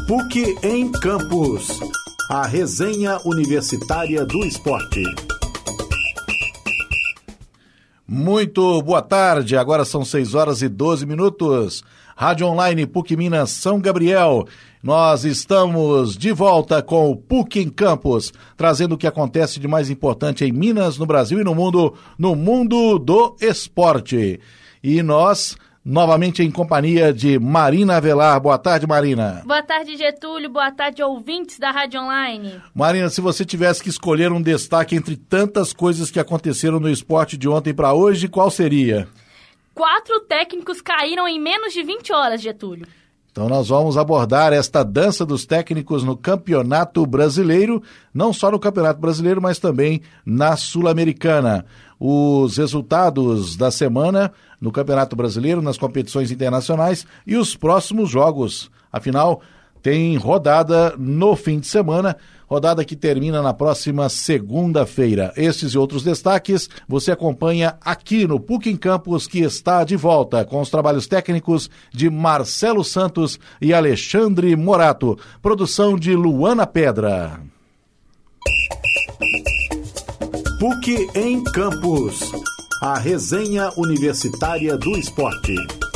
PUC em Campus. A resenha universitária do esporte. Muito boa tarde, agora são 6h12. Rádio Online PUC Minas São Gabriel. Nós estamos de volta com o PUC em Campus, trazendo o que acontece de mais importante em Minas, no Brasil e no mundo do esporte. E nós, novamente em companhia de Marina Avelar. Boa tarde, Marina. Boa tarde, Getúlio. Boa tarde, ouvintes da Rádio Online. Marina, se você tivesse que escolher um destaque entre tantas coisas que aconteceram no esporte de ontem para hoje, qual seria? 4 técnicos caíram em menos de 20 horas, Getúlio. Então nós vamos abordar esta dança dos técnicos no Campeonato Brasileiro, não só no Campeonato Brasileiro, mas também na Sul-Americana. Os resultados da semana no Campeonato Brasileiro, nas competições internacionais e os próximos jogos. Afinal, tem rodada no fim de semana, rodada que termina na próxima segunda-feira. Esses e outros destaques você acompanha aqui no PUC em Campus, que está de volta com os trabalhos técnicos de Marcelo Santos e Alexandre Morato. Produção de Luana Pedra. PUC em Campus. A resenha universitária do esporte.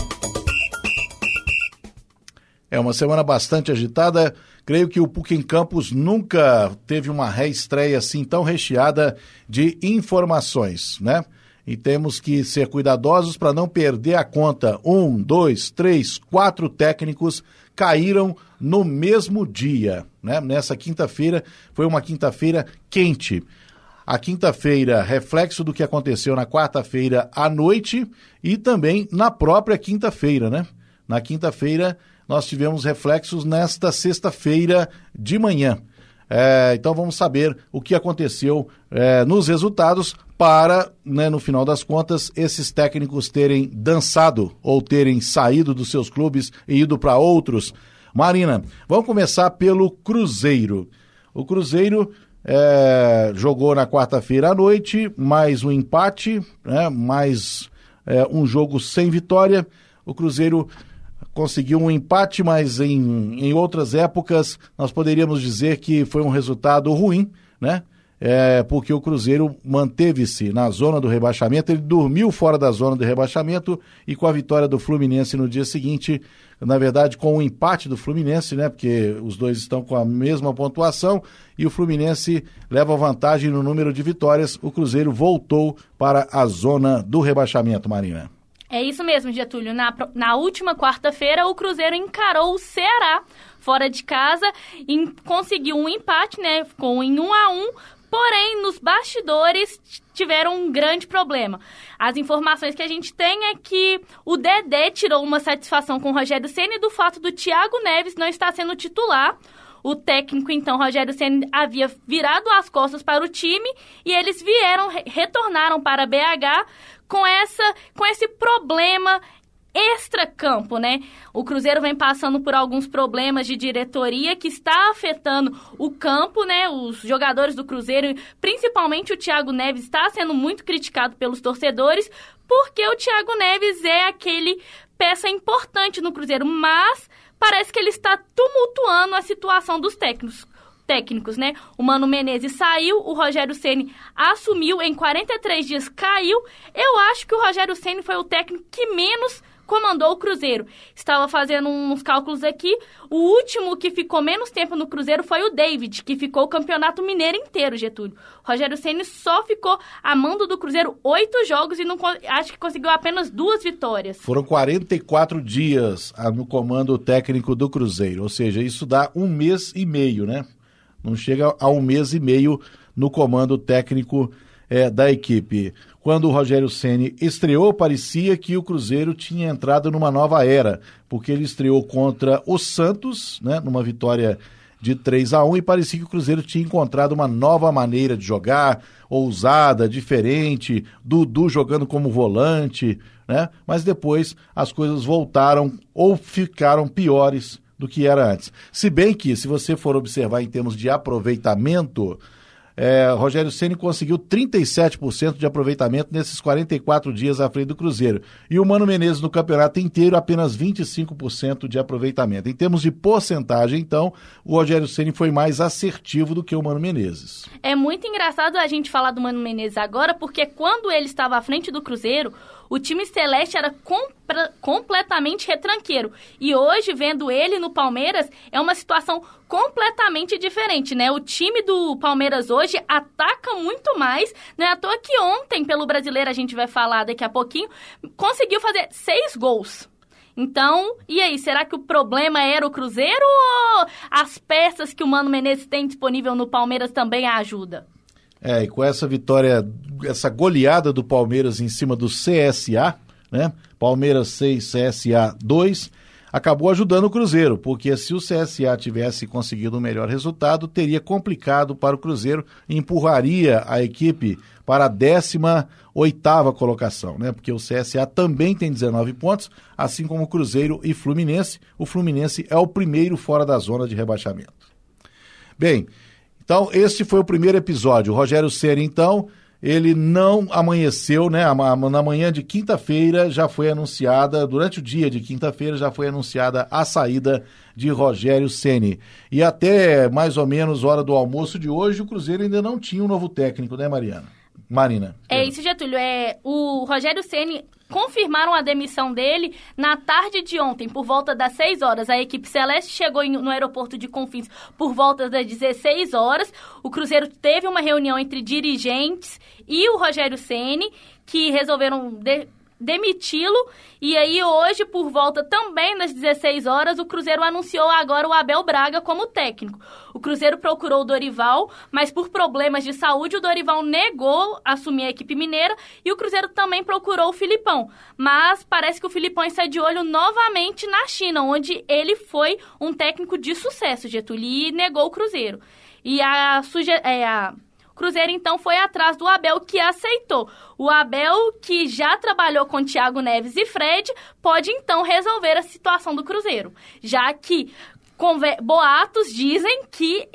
É uma semana bastante agitada. Creio que o PUC em Campus nunca teve uma reestreia assim tão recheada de informações, né? E temos que ser cuidadosos para não perder a conta. 1, 2, 3, 4 técnicos caíram no mesmo dia, né? Nessa quinta-feira, foi uma quinta-feira quente. A quinta-feira, reflexo do que aconteceu na quarta-feira à noite e também na própria quinta-feira, né? Na quinta-feira, nós tivemos reflexos nesta sexta-feira de manhã. Então vamos saber o que aconteceu nos resultados para, né, no final das contas, esses técnicos terem dançado ou terem saído dos seus clubes e ido para outros. Marina, vamos começar pelo Cruzeiro. O Cruzeiro jogou na quarta-feira à noite, mais um empate, né, mais um jogo sem vitória. O Cruzeiro conseguiu um empate, mas em outras épocas nós poderíamos dizer que foi um resultado ruim, né? Porque o Cruzeiro manteve-se na zona do rebaixamento, ele dormiu fora da zona do rebaixamento e com a vitória do Fluminense no dia seguinte, na verdade com o empate do Fluminense, né? Porque os dois estão com a mesma pontuação e o Fluminense leva vantagem no número de vitórias, o Cruzeiro voltou para a zona do rebaixamento, Marina. É isso mesmo, Getúlio. Na última quarta-feira, o Cruzeiro encarou o Ceará fora de casa e conseguiu um empate, né? Ficou em 1-1, porém, nos bastidores tiveram um grande problema. As informações que a gente tem é que o Dedé tirou uma satisfação com o Rogério Ceni do fato do Thiago Neves não estar sendo titular. O técnico, então, Rogério Ceni, havia virado as costas para o time e eles retornaram para BH com esse problema extra-campo, né? O Cruzeiro vem passando por alguns problemas de diretoria que está afetando o campo, né? Os jogadores do Cruzeiro, principalmente o Thiago Neves, está sendo muito criticado pelos torcedores, porque o Thiago Neves é aquele peça importante no Cruzeiro, mas parece que ele está tumultuando a situação dos técnicos, né? O Mano Menezes saiu, o Rogério Ceni assumiu, em 43 dias caiu. Eu acho que o Rogério Ceni foi o técnico que menos comandou o Cruzeiro. Estava fazendo uns cálculos aqui, o último que ficou menos tempo no Cruzeiro foi o David, que ficou o Campeonato Mineiro inteiro, Getúlio. O Rogério Ceni só ficou a mando do Cruzeiro 8 jogos e acho que conseguiu apenas 2 vitórias. Foram 44 dias no comando técnico do Cruzeiro, ou seja, isso dá 1 mês e meio, né? Não chega a 1 mês e meio no comando técnico da equipe. Quando o Rogério Ceni estreou, parecia que o Cruzeiro tinha entrado numa nova era, porque ele estreou contra o Santos, né, numa vitória de 3-1, e parecia que o Cruzeiro tinha encontrado uma nova maneira de jogar, ousada, diferente, Dudu jogando como volante, né? Mas depois as coisas voltaram ou ficaram piores do que era antes. Se bem que, se você for observar em termos de aproveitamento, Rogério Ceni conseguiu 37% de aproveitamento nesses 44 dias à frente do Cruzeiro. E o Mano Menezes no campeonato inteiro apenas 25% de aproveitamento. Em termos de porcentagem, então, o Rogério Ceni foi mais assertivo do que o Mano Menezes. É muito engraçado a gente falar do Mano Menezes agora, porque quando ele estava à frente do Cruzeiro, o time celeste era completamente retranqueiro. E hoje, vendo ele no Palmeiras, é uma situação completamente diferente, né? O time do Palmeiras hoje ataca muito mais. Não é à toa que ontem, pelo Brasileiro, a gente vai falar daqui a pouquinho, conseguiu fazer 6 gols. Então, e aí, será que o problema era o Cruzeiro ou as peças que o Mano Menezes tem disponível no Palmeiras também ajudam? E com essa vitória, essa goleada do Palmeiras em cima do CSA, né? Palmeiras 6, CSA 2, acabou ajudando o Cruzeiro, porque se o CSA tivesse conseguido um melhor resultado, teria complicado para o Cruzeiro e empurraria a equipe para a 18ª colocação, né? Porque o CSA também tem 19 pontos, assim como o Cruzeiro e Fluminense. O Fluminense é o primeiro fora da zona de rebaixamento. Bem, então, esse foi o primeiro episódio. O Rogério Ceni, então, ele não amanheceu, né? Na manhã de quinta-feira já foi anunciada, durante o dia de quinta-feira já foi anunciada a saída de Rogério Ceni. E até mais ou menos hora do almoço de hoje, o Cruzeiro ainda não tinha um novo técnico, né, Marina? É isso, Getúlio. O Rogério Ceni confirmaram a demissão dele na tarde de ontem, por volta das 6 horas. A equipe celeste chegou no aeroporto de Confins por volta das 16 horas. O Cruzeiro teve uma reunião entre dirigentes e o Rogério Ceni, que resolveram demiti-lo, e aí hoje, por volta também das 16 horas, o Cruzeiro anunciou agora o Abel Braga como técnico. O Cruzeiro procurou o Dorival, mas por problemas de saúde, o Dorival negou assumir a equipe mineira, e o Cruzeiro também procurou o Filipão. Mas parece que o Filipão está de olho novamente na China, onde ele foi um técnico de sucesso, Getúlio, e negou o Cruzeiro. E o Cruzeiro, então, foi atrás do Abel, que aceitou. O Abel, que já trabalhou com Thiago Neves e Fred, pode, então, resolver a situação do Cruzeiro. Já que boatos dizem que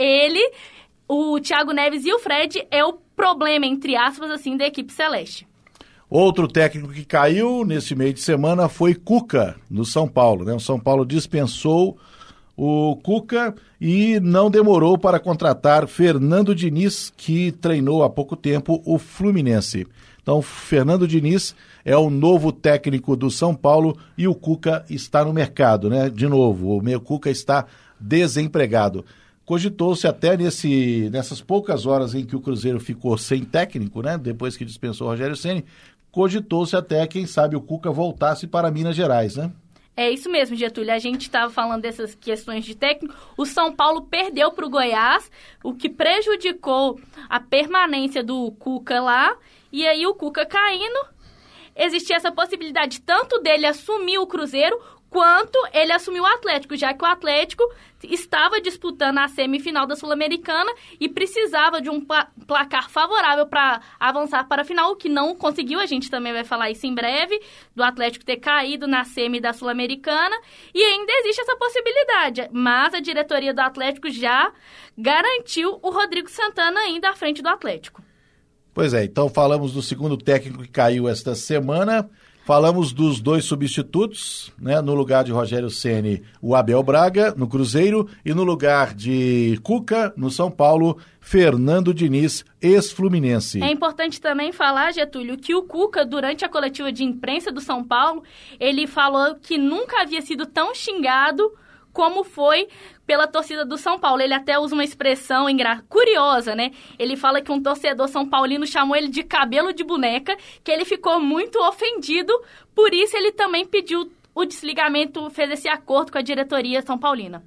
o Thiago Neves e o Fred é o problema, entre aspas, assim, da equipe celeste. Outro técnico que caiu nesse meio de semana foi Cuca, no São Paulo, né? O São Paulo dispensou o Cuca e não demorou para contratar Fernando Diniz, que treinou há pouco tempo o Fluminense. Então, Fernando Diniz é o novo técnico do São Paulo e o Cuca está no mercado, né? De novo, o Cuca está desempregado. Cogitou-se até nessas poucas horas em que o Cruzeiro ficou sem técnico, né? Depois que dispensou o Rogério Ceni, cogitou-se até, quem sabe, o Cuca voltasse para Minas Gerais, né? É isso mesmo, Getúlio. A gente estava falando dessas questões de técnico. O São Paulo perdeu para o Goiás, o que prejudicou a permanência do Cuca lá. E aí o Cuca caindo, existia essa possibilidade tanto dele assumir o Cruzeiro, quanto ele assumiu o Atlético, já que o Atlético estava disputando a semifinal da Sul-Americana e precisava de um placar favorável para avançar para a final, o que não conseguiu. A gente também vai falar isso em breve, do Atlético ter caído na semi da Sul-Americana, e ainda existe essa possibilidade, mas a diretoria do Atlético já garantiu o Rodrigo Santana ainda à frente do Atlético. Pois é, então falamos do segundo técnico que caiu esta semana. Falamos dos 2 substitutos, né? No lugar de Rogério Ceni, o Abel Braga, no Cruzeiro, e no lugar de Cuca, no São Paulo, Fernando Diniz, ex-Fluminense. É importante também falar, Getúlio, que o Cuca, durante a coletiva de imprensa do São Paulo, ele falou que nunca havia sido tão xingado como foi pela torcida do São Paulo. Ele até usa uma expressão curiosa, né? Ele fala que um torcedor são paulino chamou ele de cabelo de boneca, que ele ficou muito ofendido, por isso ele também pediu o desligamento, fez esse acordo com a diretoria são paulina.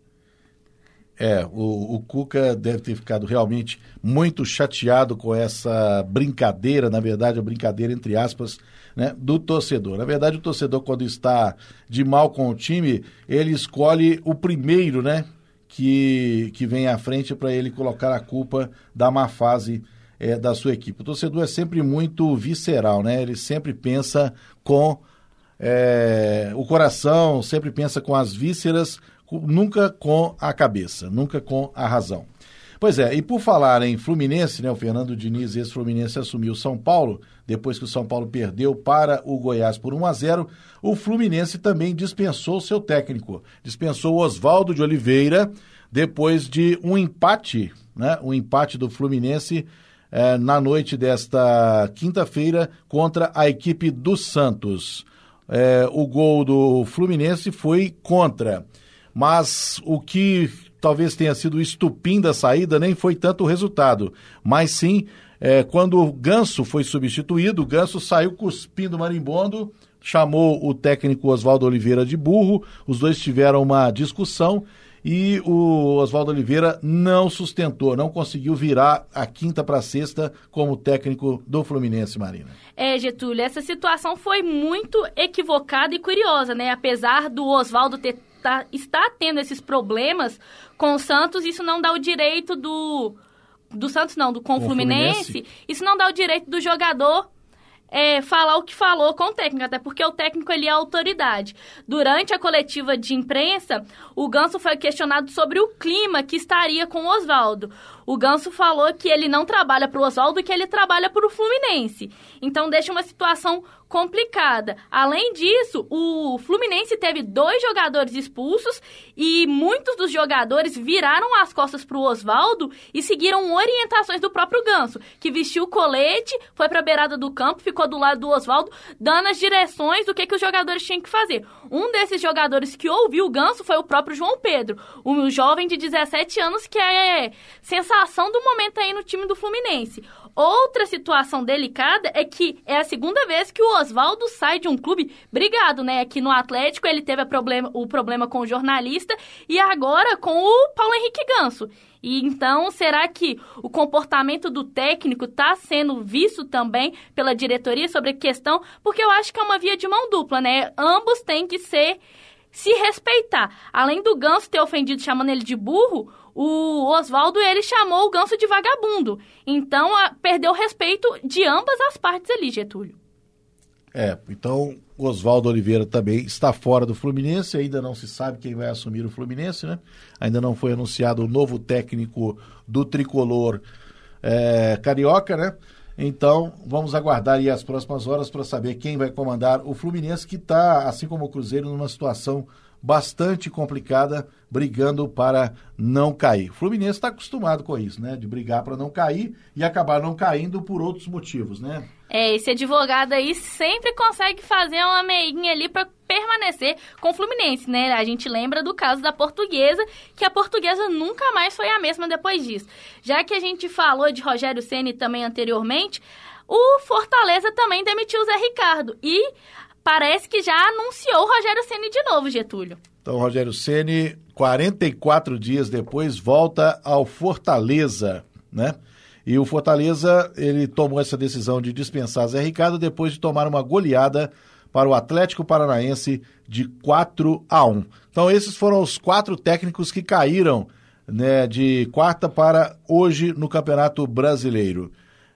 O Cuca deve ter ficado realmente muito chateado com essa brincadeira, na verdade, a brincadeira entre aspas, né, do torcedor. Na verdade, o torcedor, quando está de mal com o time, ele escolhe o primeiro, né, que vem à frente para ele colocar a culpa da má fase da sua equipe. O torcedor é sempre muito visceral, né? Ele sempre pensa com o coração, sempre pensa com as vísceras, nunca com a cabeça, nunca com a razão. Pois é, e por falar em Fluminense, né, o Fernando Diniz, ex-Fluminense, assumiu o São Paulo, depois que o São Paulo perdeu para o Goiás por 1-0, o Fluminense também dispensou seu técnico, dispensou o Oswaldo de Oliveira, depois de um empate, né, um empate do Fluminense na noite desta quinta-feira contra a equipe do Santos. O gol do Fluminense foi contra, mas o que talvez tenha sido o estupim da saída nem foi tanto o resultado, mas sim quando o Ganso foi substituído, o Ganso saiu cuspindo marimbondo, chamou o técnico Oswaldo Oliveira de burro, os dois tiveram uma discussão e o Oswaldo Oliveira não sustentou, não conseguiu virar a quinta para a sexta como técnico do Fluminense, Marina. Getúlio, essa situação foi muito equivocada e curiosa, né? Apesar do Oswaldo estar tendo esses problemas com o Santos, isso não dá o direito do Santos não, com o Fluminense, isso não dá o direito do jogador falar o que falou com o técnico, até porque o técnico ele é autoridade. Durante a coletiva de imprensa, o Ganso foi questionado sobre o clima que estaria com o Oswaldo. O Ganso falou que ele não trabalha para o Oswaldo e que ele trabalha para o Fluminense. Então deixa uma situação complicada. Além disso, o Fluminense teve 2 jogadores expulsos e muitos dos jogadores viraram as costas para o Oswaldo e seguiram orientações do próprio Ganso, que vestiu o colete, foi para a beirada do campo, ficou do lado do Oswaldo, dando as direções do que os jogadores tinham que fazer. Um desses jogadores que ouviu o Ganso foi o próprio João Pedro, um jovem de 17 anos que é sensação do momento aí no time do Fluminense. Outra situação delicada é que é a segunda vez que o Oswaldo sai de um clube brigado, né? Aqui no Atlético ele teve o problema com o jornalista e agora com o Paulo Henrique Ganso. E então, será que o comportamento do técnico está sendo visto também pela diretoria sobre a questão? Porque eu acho que é uma via de mão dupla, né? Ambos têm que se respeitar. Além do Ganso ter ofendido chamando ele de burro, o Oswaldo, ele chamou o Ganso de vagabundo. Então, perdeu o respeito de ambas as partes ali, Getúlio. Então o Oswaldo Oliveira também está fora do Fluminense, ainda não se sabe quem vai assumir o Fluminense, né? Ainda não foi anunciado o novo técnico do tricolor carioca, né? Então, vamos aguardar aí as próximas horas para saber quem vai comandar o Fluminense, que está, assim como o Cruzeiro, numa situação bastante complicada, brigando para não cair. O Fluminense está acostumado com isso, né? De brigar para não cair e acabar não caindo por outros motivos, né? Esse advogado aí sempre consegue fazer uma meinha ali para permanecer com o Fluminense, né? A gente lembra do caso da Portuguesa, que a Portuguesa nunca mais foi a mesma depois disso. Já que a gente falou de Rogério Ceni também anteriormente, o Fortaleza também demitiu o Zé Ricardo e parece que já anunciou o Rogério Ceni de novo, Getúlio. Então, o Rogério Ceni, 44 dias depois, volta ao Fortaleza, né? E o Fortaleza, ele tomou essa decisão de dispensar Zé Ricardo depois de tomar uma goleada para o Atlético Paranaense de 4-1. Então, esses foram os 4 técnicos que caíram, né, de quarta para hoje no Campeonato Brasileiro.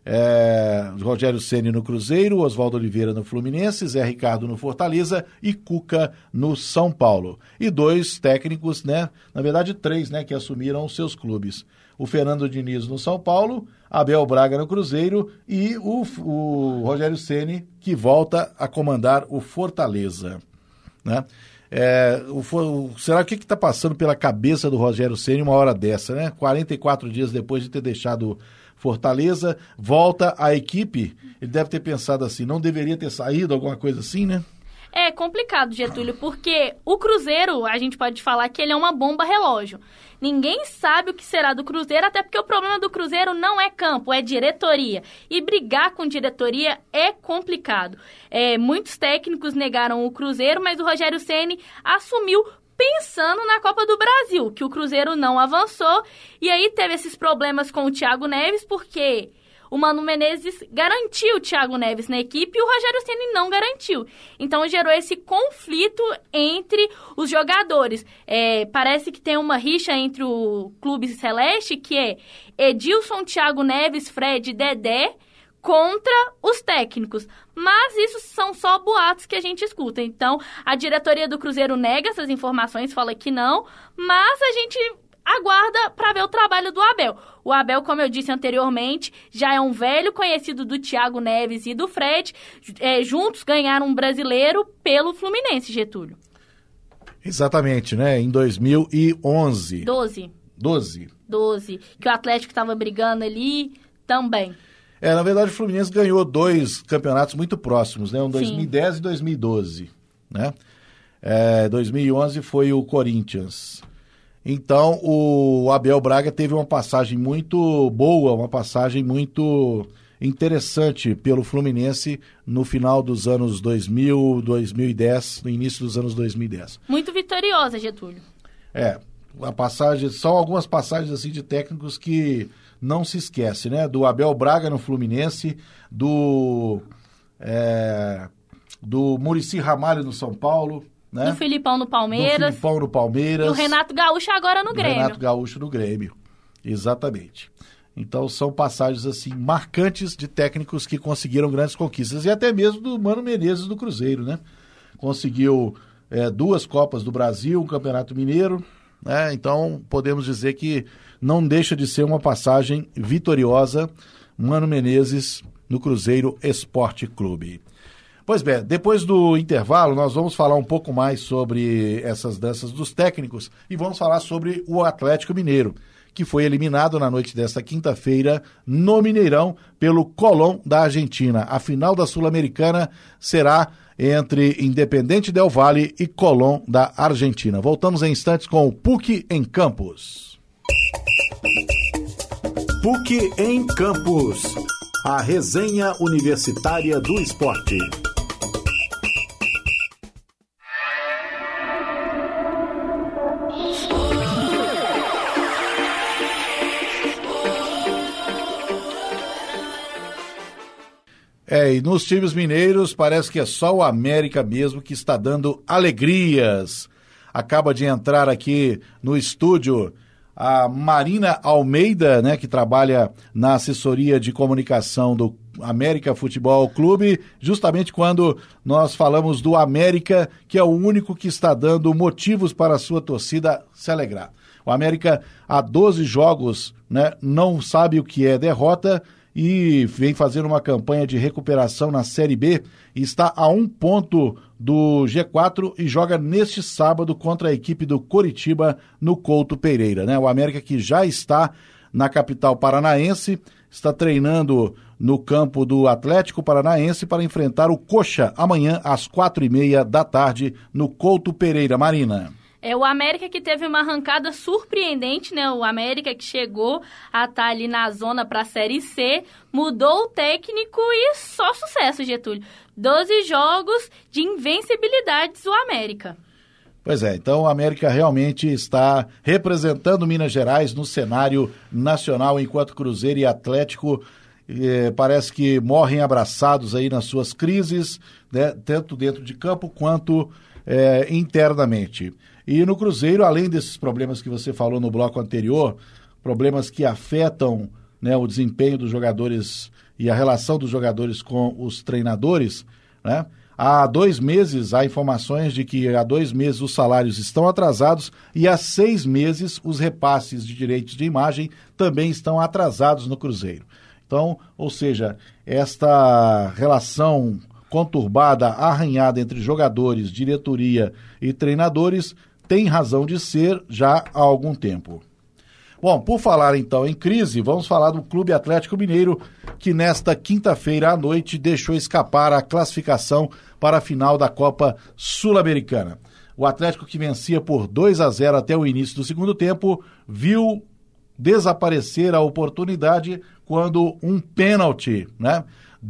Rogério Ceni no Cruzeiro, Oswaldo Oliveira no Fluminense, Zé Ricardo no Fortaleza e Cuca no São Paulo. E 2 técnicos, né? Na verdade 3, né? Que assumiram os seus clubes. O Fernando Diniz no São Paulo, Abel Braga no Cruzeiro e o Rogério Ceni, que volta a comandar o Fortaleza, né? Será que está passando pela cabeça do Rogério Ceni uma hora dessa, né? 44 dias depois de ter deixado Fortaleza, volta a equipe, ele deve ter pensado assim, não deveria ter saído, alguma coisa assim, né? É complicado, Getúlio, porque o Cruzeiro, a gente pode falar que ele é uma bomba relógio. Ninguém sabe o que será do Cruzeiro, até porque o problema do Cruzeiro não é campo, é diretoria. E brigar com diretoria é complicado. Muitos técnicos negaram o Cruzeiro, mas o Rogério Ceni assumiu pensando na Copa do Brasil, que o Cruzeiro não avançou. E aí teve esses problemas com o Thiago Neves, porque o Mano Menezes garantiu o Thiago Neves na equipe e o Rogério Ceni não garantiu. Então gerou esse conflito entre os jogadores. Parece que tem uma rixa entre o Clube Celeste, que é Edilson, Thiago Neves, Fred, Dedé, contra os técnicos. Mas isso são só boatos que a gente escuta. Então, a diretoria do Cruzeiro nega essas informações, fala que não, mas a gente aguarda para ver o trabalho do Abel. O Abel, como eu disse anteriormente, já é um velho conhecido do Thiago Neves e do Fred. Juntos ganharam um brasileiro pelo Fluminense, Getúlio. Exatamente, né? Em 2011. 12. Que o Atlético estava brigando ali também. Na verdade, o Fluminense ganhou 2 campeonatos muito próximos, né? Um 2010 e 2012, né? 2011 foi o Corinthians. Então, o Abel Braga teve uma passagem muito boa, uma passagem muito interessante pelo Fluminense no final dos anos 2000, 2010, no início dos anos 2010. Muito vitoriosa, Getúlio. São algumas passagens assim de técnicos que não se esquece, né? Do Abel Braga no Fluminense, do Muricy Ramalho no São Paulo, né? Do Filipão no Palmeiras. E o Renato Gaúcho agora no Grêmio. Renato Gaúcho no Grêmio, exatamente. Então são passagens assim marcantes de técnicos que conseguiram grandes conquistas. E até mesmo do Mano Menezes do Cruzeiro, né? Conseguiu 2 Copas do Brasil, um Campeonato Mineiro, né? Então podemos dizer que não deixa de ser uma passagem vitoriosa, Mano Menezes no Cruzeiro Esporte Clube. Pois bem, depois do intervalo nós vamos falar um pouco mais sobre essas danças dos técnicos e vamos falar sobre o Atlético Mineiro, que foi eliminado na noite desta quinta-feira no Mineirão pelo Colón da Argentina. A final da Sul-Americana será entre Independiente del Valle e Colón da Argentina. Voltamos em instantes com o PUC em Campos. PUC em Campos. A resenha universitária do esporte. E nos times mineiros parece que é só o América mesmo que está dando alegrias. Acaba de entrar aqui no estúdio a Marina Almeida, né, que trabalha na assessoria de comunicação do América Futebol Clube, justamente quando nós falamos do América, que é o único que está dando motivos para a sua torcida se alegrar. O América, há 12 jogos, né, não sabe o que é derrota e vem fazendo uma campanha de recuperação na Série B e está a 1 ponto do G4 e joga neste sábado contra a equipe do Coritiba no Couto Pereira, né? O América, que já está na capital paranaense, está treinando no campo do Atlético Paranaense para enfrentar o Coxa amanhã às 4h30 da tarde no Couto Pereira. Marina. O América que teve uma arrancada surpreendente, né? O América que chegou a estar ali na zona para a Série C, mudou o técnico e só sucesso, Getúlio. 12 jogos de invencibilidades do América. Pois é, então o América realmente está representando Minas Gerais no cenário nacional, enquanto Cruzeiro e Atlético parece que morrem abraçados aí nas suas crises, né? Tanto dentro de campo quanto internamente. E no Cruzeiro, além desses problemas que você falou no bloco anterior, problemas que afetam, né, o desempenho dos jogadores e a relação dos jogadores com os treinadores, né? Há 2 meses, há informações de que há 2 meses os salários estão atrasados e há 6 meses os repasses de direitos de imagem também estão atrasados no Cruzeiro. Então, ou seja, esta relação conturbada, arranhada entre jogadores, diretoria e treinadores tem razão de ser já há algum tempo. Bom, por falar então em crise, vamos falar do Clube Atlético Mineiro, que nesta quinta-feira à noite deixou escapar a classificação para a final da Copa Sul-Americana. O Atlético, que vencia por 2-0 até o início do segundo tempo, viu desaparecer a oportunidade quando um pênalti, né,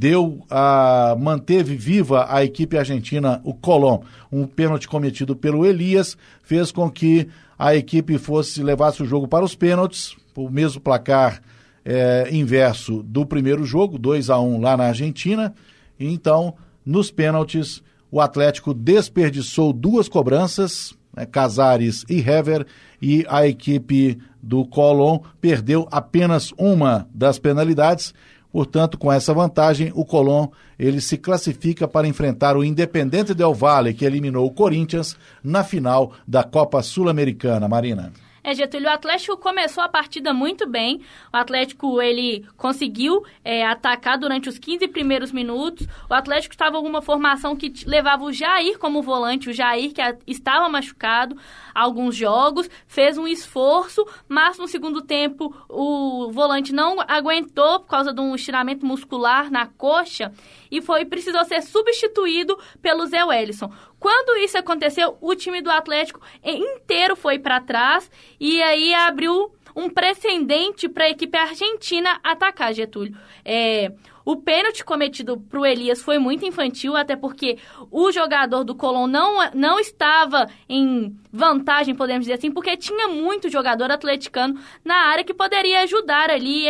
manteve viva a equipe argentina, o Colón. Um pênalti cometido pelo Elias fez com que a equipe levasse o jogo para os pênaltis, o mesmo placar inverso do primeiro jogo, 2-1 lá na Argentina. E então, nos pênaltis, o Atlético desperdiçou 2 cobranças, Casares e Hever, e a equipe do Colón perdeu apenas uma das penalidades. Portanto, com essa vantagem, o Colón ele se classifica para enfrentar o Independiente del Valle, que eliminou o Corinthians na final da Copa Sul-Americana. Marina. Getúlio, o Atlético começou a partida muito bem. O Atlético, ele conseguiu atacar durante os 15 primeiros minutos. O Atlético estava com uma formação que levava o Jair como volante. O Jair, que estava machucado há alguns jogos, fez um esforço, mas no segundo tempo o volante não aguentou por causa de um estiramento muscular na coxa e precisou ser substituído pelo Zé Wellison. Quando isso aconteceu, o time do Atlético inteiro foi para trás e aí abriu um precedente para a equipe argentina atacar, Getúlio. O pênalti cometido para o Elias foi muito infantil, até porque o jogador do Colón não estava em vantagem, podemos dizer assim, porque tinha muito jogador atleticano na área que poderia ajudar ali,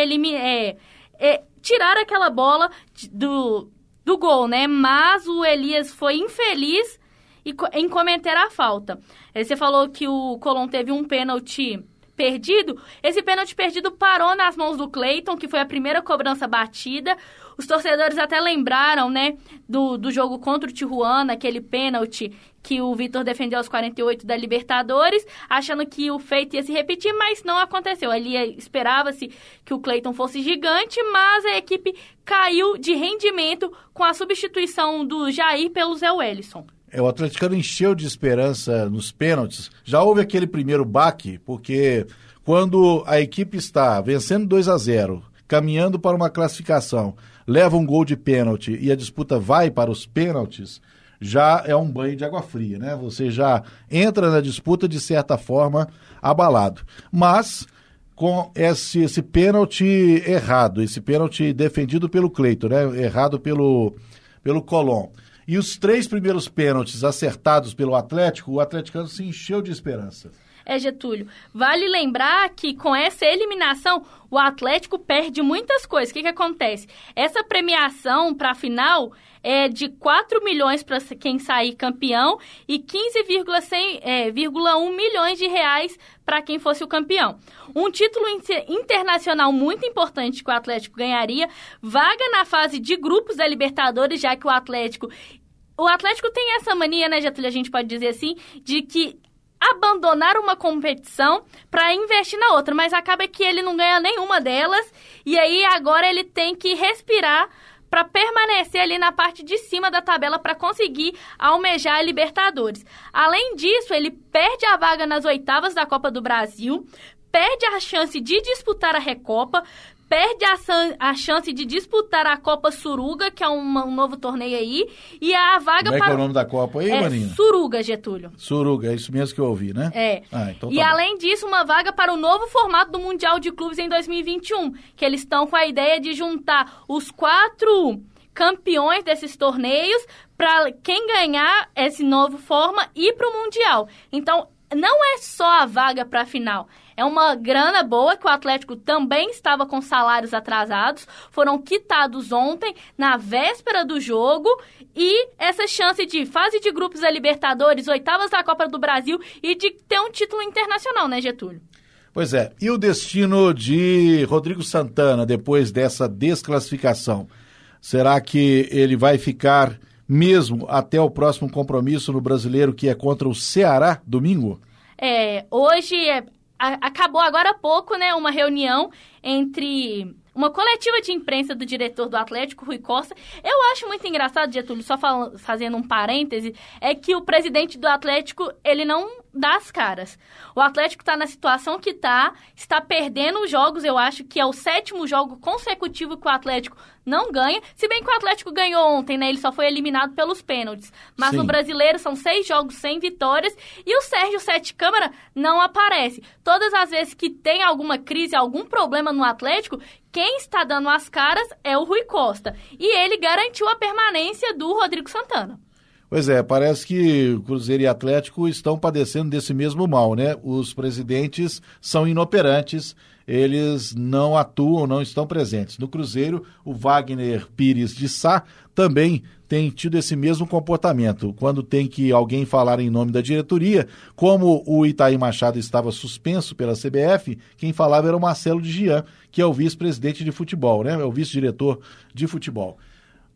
tirar aquela bola do gol, né? Mas o Elias foi infeliz em cometer a falta. Você falou que o Colón teve um pênalti perdido. Esse pênalti perdido parou nas mãos do Cleiton, que foi a primeira cobrança batida. Os torcedores até lembraram, né, do jogo contra o Tijuana, aquele pênalti que o Vitor defendeu aos 48 da Libertadores, achando que o feito ia se repetir, mas não aconteceu. Ali esperava-se que o Cleiton fosse gigante, mas a equipe caiu de rendimento com a substituição do Jair pelo Zé Wellison. O atleticano encheu de esperança nos pênaltis. Já houve aquele primeiro baque, porque quando a equipe está vencendo 2-0, caminhando para uma classificação, leva um gol de pênalti e a disputa vai para os pênaltis, já é um banho de água fria, né? Você já entra na disputa, de certa forma, abalado. Mas com esse pênalti errado, esse pênalti defendido pelo Cleiton, né? Errado pelo Colón. E os 3 primeiros pênaltis acertados pelo Atlético, o atleticano se encheu de esperança. Getúlio, vale lembrar que com essa eliminação, o Atlético perde muitas coisas. O que acontece? Essa premiação para a final é de 4 milhões para quem sair campeão e 15,1 milhões de reais para quem fosse o campeão. Um título internacional muito importante que o Atlético ganharia, vaga na fase de grupos da Libertadores, já que o Atlético tem essa mania, né, Getúlio, a gente pode dizer assim, de que abandonar uma competição para investir na outra, mas acaba que ele não ganha nenhuma delas e aí agora ele tem que respirar para permanecer ali na parte de cima da tabela para conseguir almejar a Libertadores. Além disso, ele perde a vaga nas oitavas da Copa do Brasil, perde a chance de disputar a Recopa, perde a chance de disputar a Copa Suruga, que é um novo torneio aí, e a vaga Como é que é o nome da Copa aí, Maninho? Suruga, Getúlio. Suruga, é isso mesmo que eu ouvi, né? Então tá e além disso, uma vaga para o novo formato do Mundial de Clubes em 2021, que eles estão com a ideia de juntar os 4 campeões desses torneios para quem ganhar esse novo forma ir para o Mundial. Então, não é só a vaga para a final. É uma grana boa que o Atlético também estava com salários atrasados, foram quitados ontem, na véspera do jogo, e essa chance de fase de grupos da Libertadores, oitavas da Copa do Brasil e de ter um título internacional, né, Getúlio? Pois é. E o destino de Rodrigo Santana depois dessa desclassificação? Será que ele vai ficar mesmo até o próximo compromisso no Brasileiro, que é contra o Ceará, domingo? Hoje acabou agora há pouco, né, uma reunião entre uma coletiva de imprensa do diretor do Atlético, Rui Costa. Eu acho muito engraçado, Getúlio, só fazendo um parêntese, é que o presidente do Atlético, ele não dá as caras. O Atlético está na situação que está perdendo os jogos, eu acho que é o 7º jogo consecutivo que o Atlético não ganha, se bem que o Atlético ganhou ontem, né, ele só foi eliminado pelos pênaltis, mas no Brasileiro são 6 jogos sem vitórias e o Sérgio Sete Câmara não aparece. Todas as vezes que tem alguma crise, algum problema no Atlético, quem está dando as caras é o Rui Costa, e ele garantiu a permanência do Rodrigo Santana. Pois é, parece que o Cruzeiro e Atlético estão padecendo desse mesmo mal, né? Os presidentes são inoperantes, eles não atuam, não estão presentes. No Cruzeiro, o Wagner Pires de Sá também tem tido esse mesmo comportamento. Quando tem que alguém falar em nome da diretoria, como o Itaí Machado estava suspenso pela CBF, quem falava era o Marcelo de Gian, que é o vice-presidente de futebol, né? É o vice-diretor de futebol.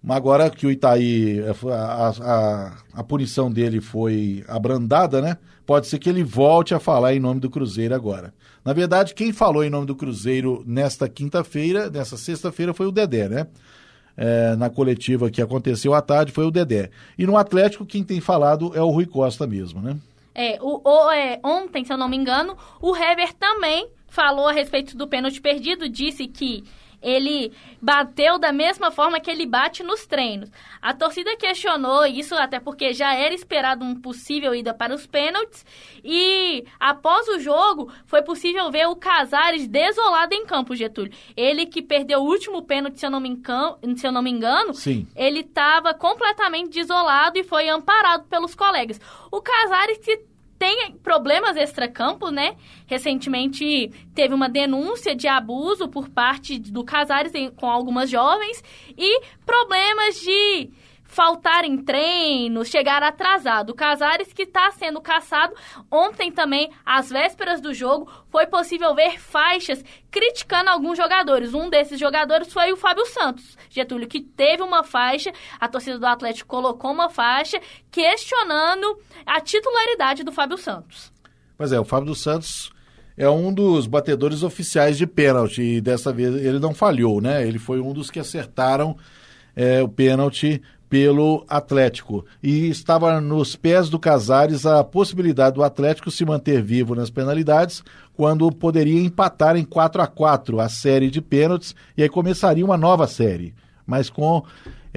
agora que o Itaí, a punição dele foi abrandada, né? Pode ser que ele volte a falar em nome do Cruzeiro agora. Na verdade, quem falou em nome do Cruzeiro nesta sexta-feira foi o Dedé, né? Na coletiva que aconteceu à tarde foi o Dedé. E no Atlético, quem tem falado é o Rui Costa mesmo, né? Ontem, se eu não me engano, o Hever também falou a respeito do pênalti perdido, disse que ele bateu da mesma forma que ele bate nos treinos. A torcida questionou isso, até porque já era esperado uma possível ida para os pênaltis. E após o jogo, foi possível ver o Casares desolado em campo, Getúlio. Ele que perdeu o último pênalti, se eu não me engano, sim, ele estava completamente desolado e foi amparado pelos colegas. O Casares que tem problemas extracampo, né? Recentemente teve uma denúncia de abuso por parte do Casares com algumas jovens e problemas de faltar em treinos, chegar atrasado. O Casares que está sendo caçado. Ontem também, às vésperas do jogo, foi possível ver faixas criticando alguns jogadores. Um desses jogadores foi o Fábio Santos, Getúlio, que teve uma faixa, a torcida do Atlético colocou uma faixa questionando a titularidade do Fábio Santos. Pois é, o Fábio Santos é um dos batedores oficiais de pênalti e dessa vez ele não falhou, né? Ele foi um dos que acertaram o pênalti pelo Atlético. E estava nos pés do Casares a possibilidade do Atlético se manter vivo nas penalidades, quando poderia empatar em 4-4 a série de pênaltis, e aí começaria uma nova série. Mas com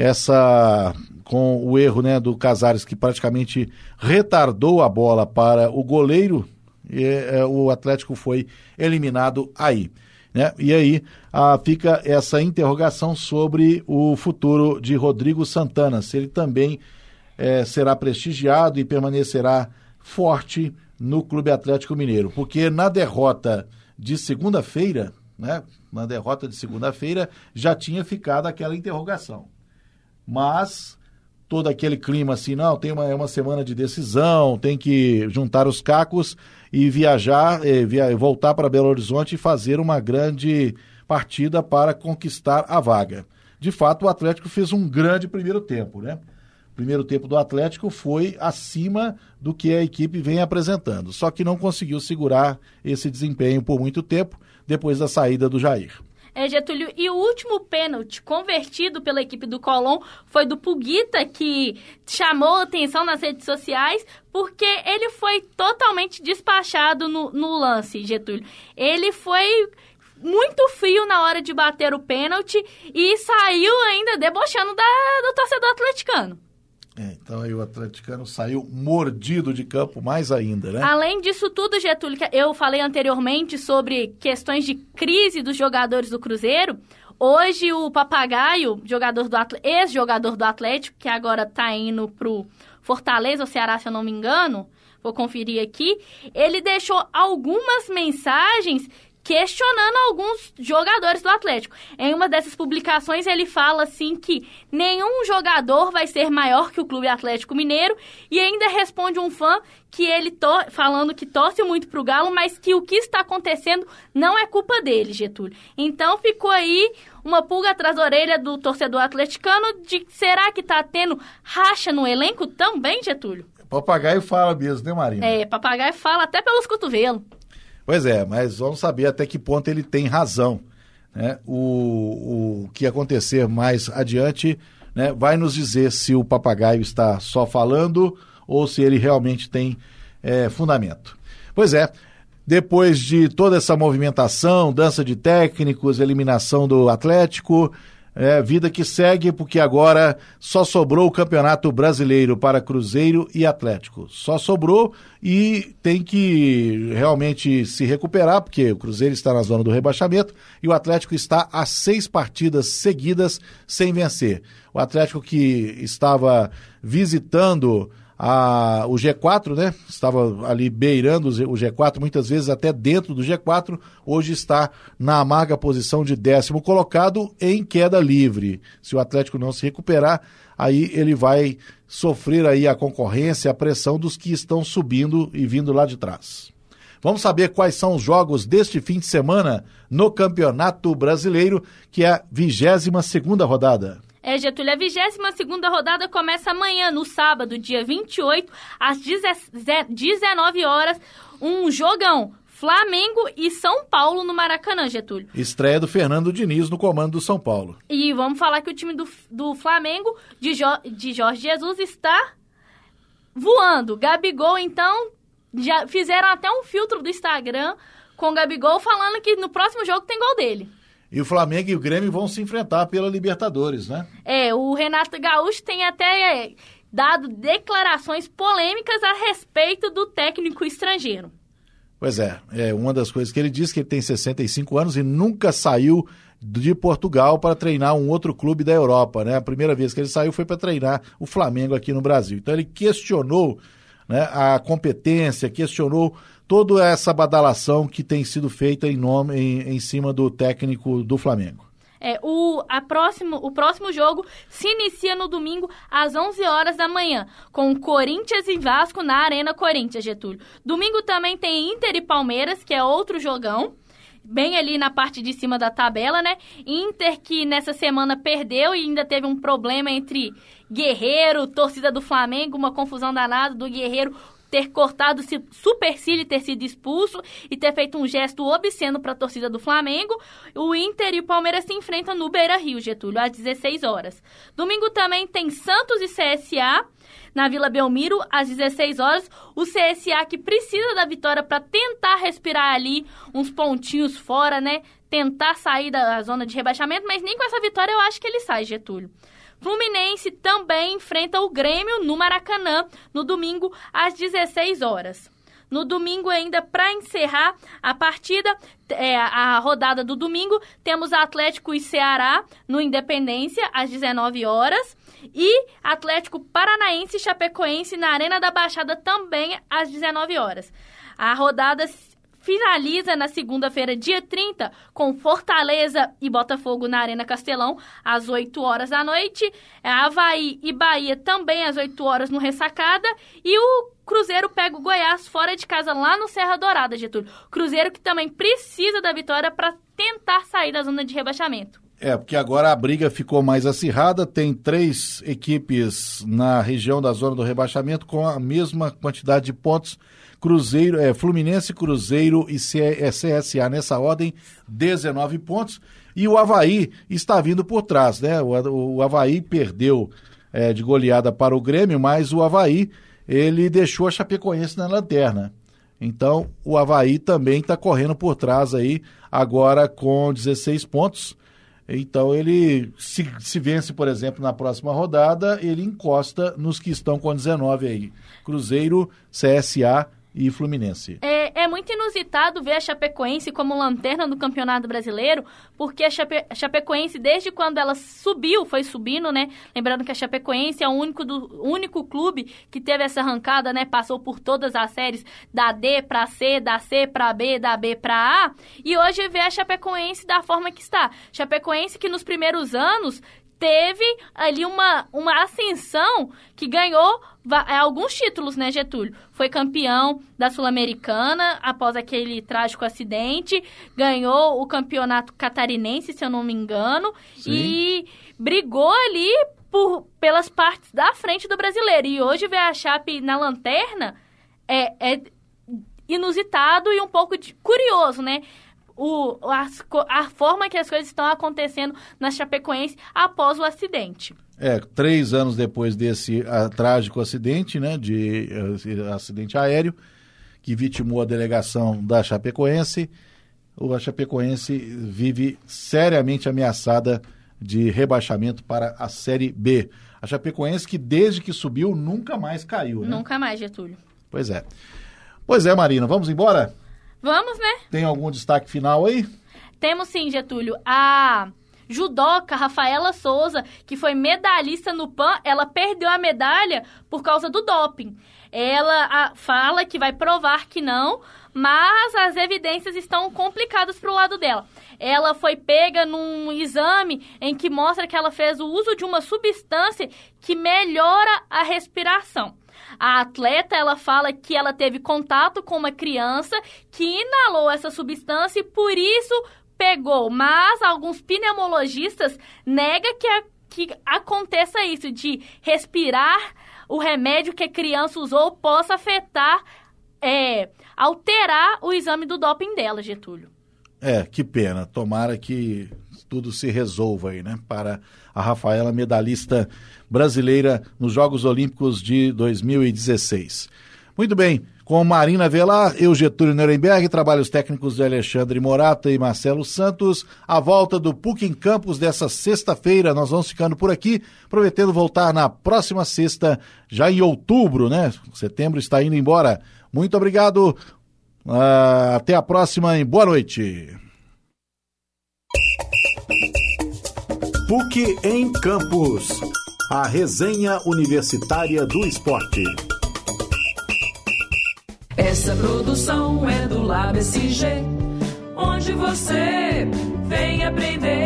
o erro, né, do Casares, que praticamente retardou a bola para o goleiro, o Atlético foi eliminado aí. Né? E aí fica essa interrogação sobre o futuro de Rodrigo Santana, se ele também será prestigiado e permanecerá forte no Clube Atlético Mineiro, porque na derrota de segunda-feira, né, já tinha ficado aquela interrogação. Mas todo aquele clima assim, não, é uma semana de decisão, tem que juntar os cacos e viajar, voltar para Belo Horizonte e fazer uma grande partida para conquistar a vaga. De fato, o Atlético fez um grande primeiro tempo, né? O primeiro tempo do Atlético foi acima do que a equipe vem apresentando, só que não conseguiu segurar esse desempenho por muito tempo, depois da saída do Jair. Getúlio, e o último pênalti convertido pela equipe do Colón foi do Puguita, que chamou atenção nas redes sociais, porque ele foi totalmente despachado no lance, Getúlio. Ele foi muito frio na hora de bater o pênalti e saiu ainda debochando do torcedor atleticano. Então aí o atleticano saiu mordido de campo mais ainda, né? Além disso tudo, Getúlio, eu falei anteriormente sobre questões de crise dos jogadores do Cruzeiro. Hoje o Papagaio, ex-jogador do Atlético, que agora está indo pro Fortaleza ou Ceará, se eu não me engano, vou conferir aqui, ele deixou algumas mensagens questionando alguns jogadores do Atlético. Em uma dessas publicações, ele fala assim que nenhum jogador vai ser maior que o Clube Atlético Mineiro, e ainda responde um fã que ele falando que torce muito pro Galo, mas que o que está acontecendo não é culpa dele, Getúlio. Então ficou aí uma pulga atrás da orelha do torcedor atleticano de será que tá tendo racha no elenco também, Getúlio? Papagaio fala mesmo, né, Marina? Papagaio fala até pelos cotovelos. Pois é, mas vamos saber até que ponto ele tem razão, né? O que acontecer mais adiante, né, vai nos dizer se o Papagaio está só falando ou se ele realmente tem fundamento. Pois é, depois de toda essa movimentação, dança de técnicos, eliminação do Atlético, vida que segue, porque agora só sobrou o Campeonato Brasileiro para Cruzeiro e Atlético. Só sobrou e tem que realmente se recuperar, porque o Cruzeiro está na zona do rebaixamento e o Atlético está a 6 partidas seguidas sem vencer. O Atlético que estava visitando o G4, né? Estava ali beirando o G4, muitas vezes até dentro do G4, hoje está na amarga posição de 10º colocado em queda livre. Se o Atlético não se recuperar, aí ele vai sofrer aí a concorrência, a pressão dos que estão subindo e vindo lá de trás. Vamos saber quais são os jogos deste fim de semana no Campeonato Brasileiro, que é a 22ª rodada. Getúlio, a 22ª rodada começa amanhã, no sábado, dia 28, às 19 horas, um jogão. Flamengo e São Paulo no Maracanã, Getúlio. Estreia do Fernando Diniz no comando do São Paulo. E vamos falar que o time do Flamengo, de Jorge Jesus, está voando. Gabigol, então, já fizeram até um filtro do Instagram com o Gabigol falando que no próximo jogo tem gol dele. E o Flamengo e o Grêmio vão se enfrentar pela Libertadores, né? O Renato Gaúcho tem até dado declarações polêmicas a respeito do técnico estrangeiro. Pois é uma das coisas que ele disse, que ele tem 65 anos e nunca saiu de Portugal para treinar um outro clube da Europa, né? A primeira vez que ele saiu foi para treinar o Flamengo aqui no Brasil. Então ele questionou, né, a competência, questionou toda essa badalação que tem sido feita em cima do técnico do Flamengo. O próximo jogo se inicia no domingo às 11 horas da manhã, com Corinthians e Vasco na Arena Corinthians, Getúlio. Domingo também tem Inter e Palmeiras, que é outro jogão, bem ali na parte de cima da tabela, né? Inter que nessa semana perdeu e ainda teve um problema entre Guerreiro, torcida do Flamengo, uma confusão danada do Guerreiro ter cortado o supercílio e ter sido expulso e ter feito um gesto obsceno para a torcida do Flamengo. O Inter e o Palmeiras se enfrentam no Beira-Rio, Getúlio, às 16 horas. Domingo também tem Santos e CSA na Vila Belmiro, às 16 horas. O CSA que precisa da vitória para tentar respirar ali uns pontinhos fora, né? Tentar sair da zona de rebaixamento, mas nem com essa vitória eu acho que ele sai, Getúlio. Fluminense também enfrenta o Grêmio no Maracanã, no domingo, às 16 horas. No domingo, ainda para encerrar a partida, a rodada do domingo, temos Atlético e Ceará no Independência, às 19 horas. E Atlético Paranaense e Chapecoense na Arena da Baixada também, às 19 horas. A rodada finaliza na segunda-feira, dia 30, com Fortaleza e Botafogo na Arena Castelão, às 8 horas da noite. Avaí e Bahia também às 8 horas no Ressacada. E o Cruzeiro pega o Goiás fora de casa lá no Serra Dourada, Getúlio. Cruzeiro que também precisa da vitória para tentar sair da zona de rebaixamento. Porque agora a briga ficou mais acirrada, tem 3 equipes na região da zona do rebaixamento com a mesma quantidade de pontos. Fluminense, Cruzeiro e CSA nessa ordem, 19 pontos. E o Avaí está vindo por trás, né? O Avaí perdeu de goleada para o Grêmio, mas o Avaí, ele deixou a Chapecoense na lanterna. Então, o Avaí também está correndo por trás aí, agora com 16 pontos. Então, ele, se vence, por exemplo, na próxima rodada, ele encosta nos que estão com 19 aí. Cruzeiro, CSA e Fluminense. É muito inusitado ver a Chapecoense como lanterna do Campeonato Brasileiro, porque a Chapecoense, desde quando ela foi subindo, né? Lembrando que a Chapecoense é o único clube que teve essa arrancada, né? Passou por todas as séries da D para C, da C para B, da B para A, e hoje vê a Chapecoense da forma que está. Chapecoense que nos primeiros anos teve ali uma ascensão que ganhou alguns títulos, né, Getúlio? Foi campeão da Sul-Americana após aquele trágico acidente, ganhou o campeonato catarinense, se eu não me engano, sim, e brigou ali pelas partes da frente do brasileiro. E hoje ver a Chape na lanterna é inusitado e um pouco curioso, né? A forma que as coisas estão acontecendo na Chapecoense após o acidente. 3 anos depois desse trágico acidente, né, de acidente aéreo, que vitimou a delegação da Chapecoense, a Chapecoense vive seriamente ameaçada de rebaixamento para a Série B. A Chapecoense que desde que subiu nunca mais caiu, né? Nunca mais, Getúlio. Pois é, Marina, vamos embora? Vamos, né? Tem algum destaque final aí? Temos sim, Getúlio. A judoca Rafaela Souza, que foi medalhista no PAN, ela perdeu a medalha por causa do doping. Ela fala que vai provar que não, mas as evidências estão complicadas para o lado dela. Ela foi pega num exame em que mostra que ela fez o uso de uma substância que melhora a respiração. A atleta, ela fala que ela teve contato com uma criança que inalou essa substância e por isso pegou. Mas alguns pneumologistas negam que aconteça isso, de respirar o remédio que a criança usou possa afetar, alterar o exame do doping dela, Getúlio. Que pena. Tomara que tudo se resolva aí, né? Para a Rafaela, medalhista brasileira nos Jogos Olímpicos de 2016. Muito bem. Com Marina Velar, eu, Getúlio Nuremberg, trabalhos técnicos de Alexandre Morata e Marcelo Santos. A volta do PUC em Campos dessa sexta-feira. Nós vamos ficando por aqui, prometendo voltar na próxima sexta, já em outubro, né? Setembro está indo embora. Muito obrigado. Até a próxima e boa noite. PUC em Campos. A resenha universitária do esporte. Essa produção é do Lab SG, onde você vem aprender.